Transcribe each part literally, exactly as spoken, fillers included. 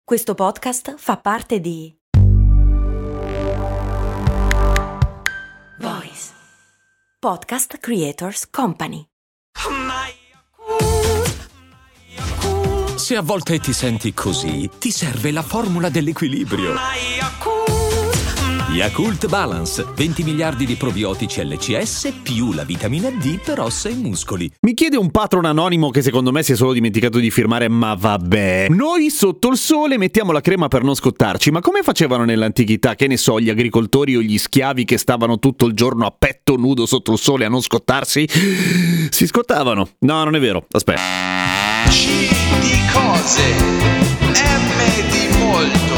Questo podcast fa parte di Voice Podcast Creators Company. Se a volte ti senti così, ti serve la formula dell'equilibrio. Yakult Balance, venti miliardi di probiotici L C S più la vitamina D per ossa e muscoli. Mi chiede un patron anonimo che secondo me si è solo dimenticato di firmare, ma vabbè. Noi sotto il sole mettiamo la crema per non scottarci, ma come facevano nell'antichità, che ne so, gli agricoltori o gli schiavi che stavano tutto il giorno a petto nudo sotto il sole a non scottarsi? Si scottavano. No, non è vero, aspetta. C di cose, M di molto,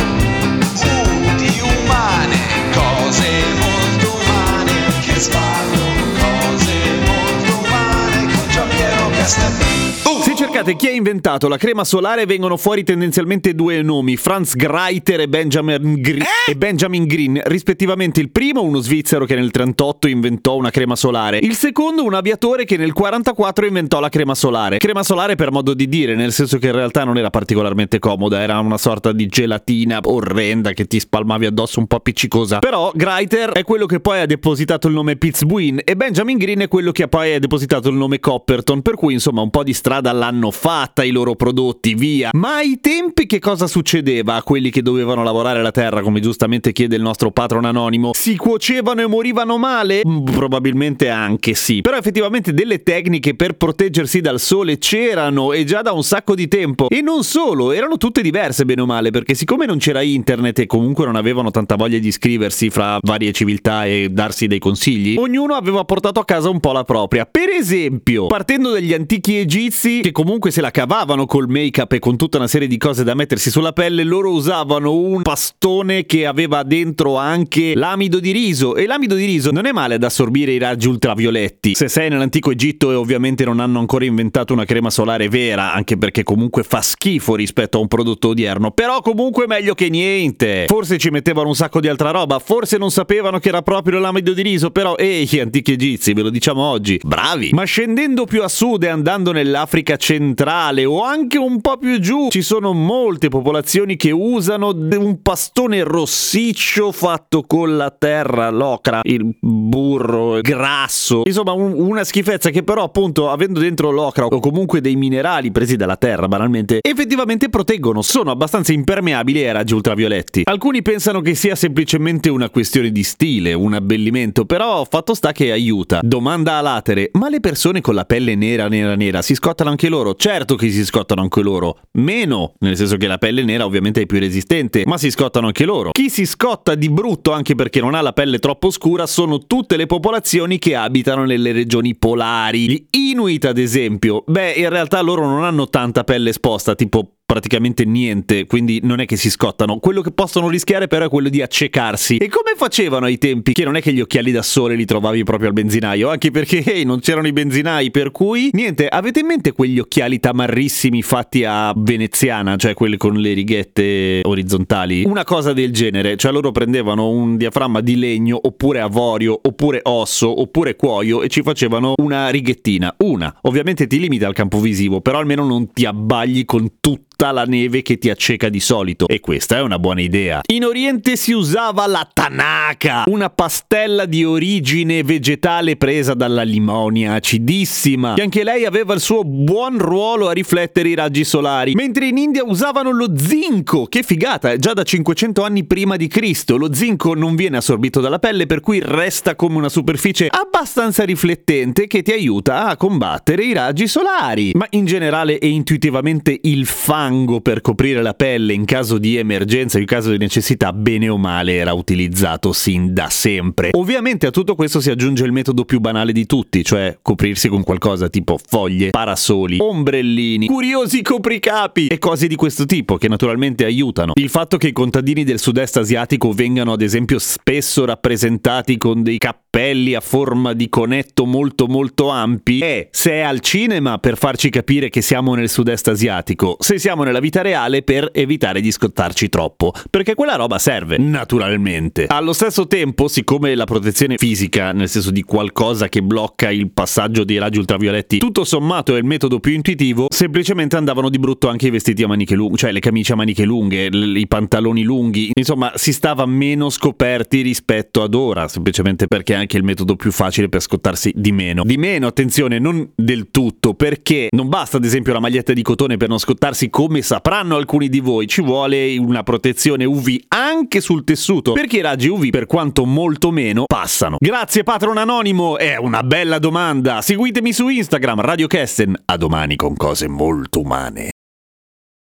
U di umane, cose molto umane, che sbaglio, cose molto umane, con Giampiero Castel. Se cercate chi ha inventato la crema solare vengono fuori tendenzialmente due nomi, Franz Greiter e Benjamin Green, e Benjamin Green, rispettivamente. Il primo uno svizzero che nel trentotto inventò una crema solare, il secondo un aviatore che nel quarantaquattro inventò la crema solare. Crema solare per modo di dire, nel senso che in realtà non era particolarmente comoda, era una sorta di gelatina orrenda che ti spalmavi addosso, un po' appiccicosa. Però Greiter è quello che poi ha depositato il nome Pizbuin e Benjamin Green è quello che poi ha depositato il nome Copperton, per cui insomma un po' di strada l'hanno fatta i loro prodotti, via. Ma ai tempi che cosa succedeva a quelli che dovevano lavorare la terra, come giustamente chiede il nostro patron anonimo? Si cuocevano e morivano male? Probabilmente anche sì, però effettivamente delle tecniche per proteggersi dal sole c'erano, e già da un sacco di tempo. E non solo, erano tutte diverse bene o male, perché siccome non c'era internet e comunque non avevano tanta voglia di iscriversi fra varie civiltà e darsi dei consigli, ognuno aveva portato a casa un po' la propria. Per esempio, partendo dagli antichi egizi, che comunque se la cavavano col make-up e con tutta una serie di cose da mettersi sulla pelle, loro usavano un pastone che aveva dentro anche l'amido di riso, e l'amido di riso non è male ad assorbire i raggi ultravioletti. Se sei nell'antico Egitto e ovviamente non hanno ancora inventato una crema solare vera, anche perché comunque fa schifo rispetto a un prodotto odierno, però comunque meglio che niente. Forse ci mettevano un sacco di altra roba, forse non sapevano che era proprio l'amido di riso, però ehi, gli antichi egizi, ve lo diciamo oggi, bravi. Ma scendendo più a sud e andando nell'Africa centrale o anche un po' più giù, ci sono molte popolazioni che usano un pastone rossiccio fatto con la terra, l'ocra, il burro, il grasso, insomma un, una schifezza che però appunto, avendo dentro l'ocra o comunque dei minerali presi dalla terra banalmente, effettivamente proteggono, sono abbastanza impermeabili ai raggi ultravioletti. Alcuni pensano che sia semplicemente una questione di stile, un abbellimento, però fatto sta che aiuta. Domanda a latere: ma le persone con la pelle nera nera nera si scottano anche loro? Certo che si scottano anche loro, meno, nel senso che la pelle nera ovviamente è più resistente, ma si scottano anche loro. Chi si scotta di brutto anche perché non ha la pelle troppo scura sono tutte le popolazioni che abitano nelle regioni polari. Gli Inuit ad esempio, beh in realtà loro non hanno tanta pelle esposta, tipo praticamente niente, quindi non è che si scottano. Quello che possono rischiare però è quello di accecarsi. E come facevano ai tempi? Che non è che gli occhiali da sole li trovavi proprio al benzinaio, anche perché hey, non c'erano i benzinai, per cui niente. Avete in mente quegli occhiali tamarrissimi fatti a veneziana, cioè quelli con le righette orizzontali? Una cosa del genere, cioè loro prendevano un diaframma di legno oppure avorio oppure osso oppure cuoio e ci facevano una righettina, una. Ovviamente ti limita al campo visivo, però almeno non ti abbagli con tutto la neve che ti acceca di solito, e questa è una buona idea. In Oriente si usava la tanaka, una pastella di origine vegetale presa dalla limonia acidissima, che anche lei aveva il suo buon ruolo a riflettere i raggi solari, mentre in India usavano lo zinco. Che figata, già da cinquecento anni prima di Cristo. Lo zinco non viene assorbito dalla pelle, per cui resta come una superficie abbastanza riflettente che ti aiuta a combattere i raggi solari. Ma in generale e intuitivamente il fango per coprire la pelle in caso di emergenza, in caso di necessità, bene o male era utilizzato sin da sempre. Ovviamente a tutto questo si aggiunge il metodo più banale di tutti, cioè coprirsi con qualcosa tipo foglie, parasoli, ombrellini, curiosi copricapi e cose di questo tipo che naturalmente aiutano. Il fatto che i contadini del sud-est asiatico vengano ad esempio spesso rappresentati con dei cappelli a forma di conetto molto molto ampi è, se è al cinema, per farci capire che siamo nel sud-est asiatico. Se siamo utilizziamo nella vita reale per evitare di scottarci troppo, perché quella roba serve, naturalmente. Allo stesso tempo, siccome la protezione fisica, nel senso di qualcosa che blocca il passaggio dei raggi ultravioletti, tutto sommato è il metodo più intuitivo, semplicemente andavano di brutto anche i vestiti a maniche lunghe, cioè le camicie a maniche lunghe, l- i pantaloni lunghi, insomma si stava meno scoperti rispetto ad ora, semplicemente perché è anche il metodo più facile per scottarsi di meno. Di meno, attenzione, non del tutto, perché non basta ad esempio la maglietta di cotone per non scottarsi, come sapranno alcuni di voi, ci vuole una protezione U V anche sul tessuto, perché i raggi U V, per quanto molto meno, passano. Grazie patron anonimo, è una bella domanda. Seguitemi su Instagram, Radio Kesten. A domani con cose molto umane.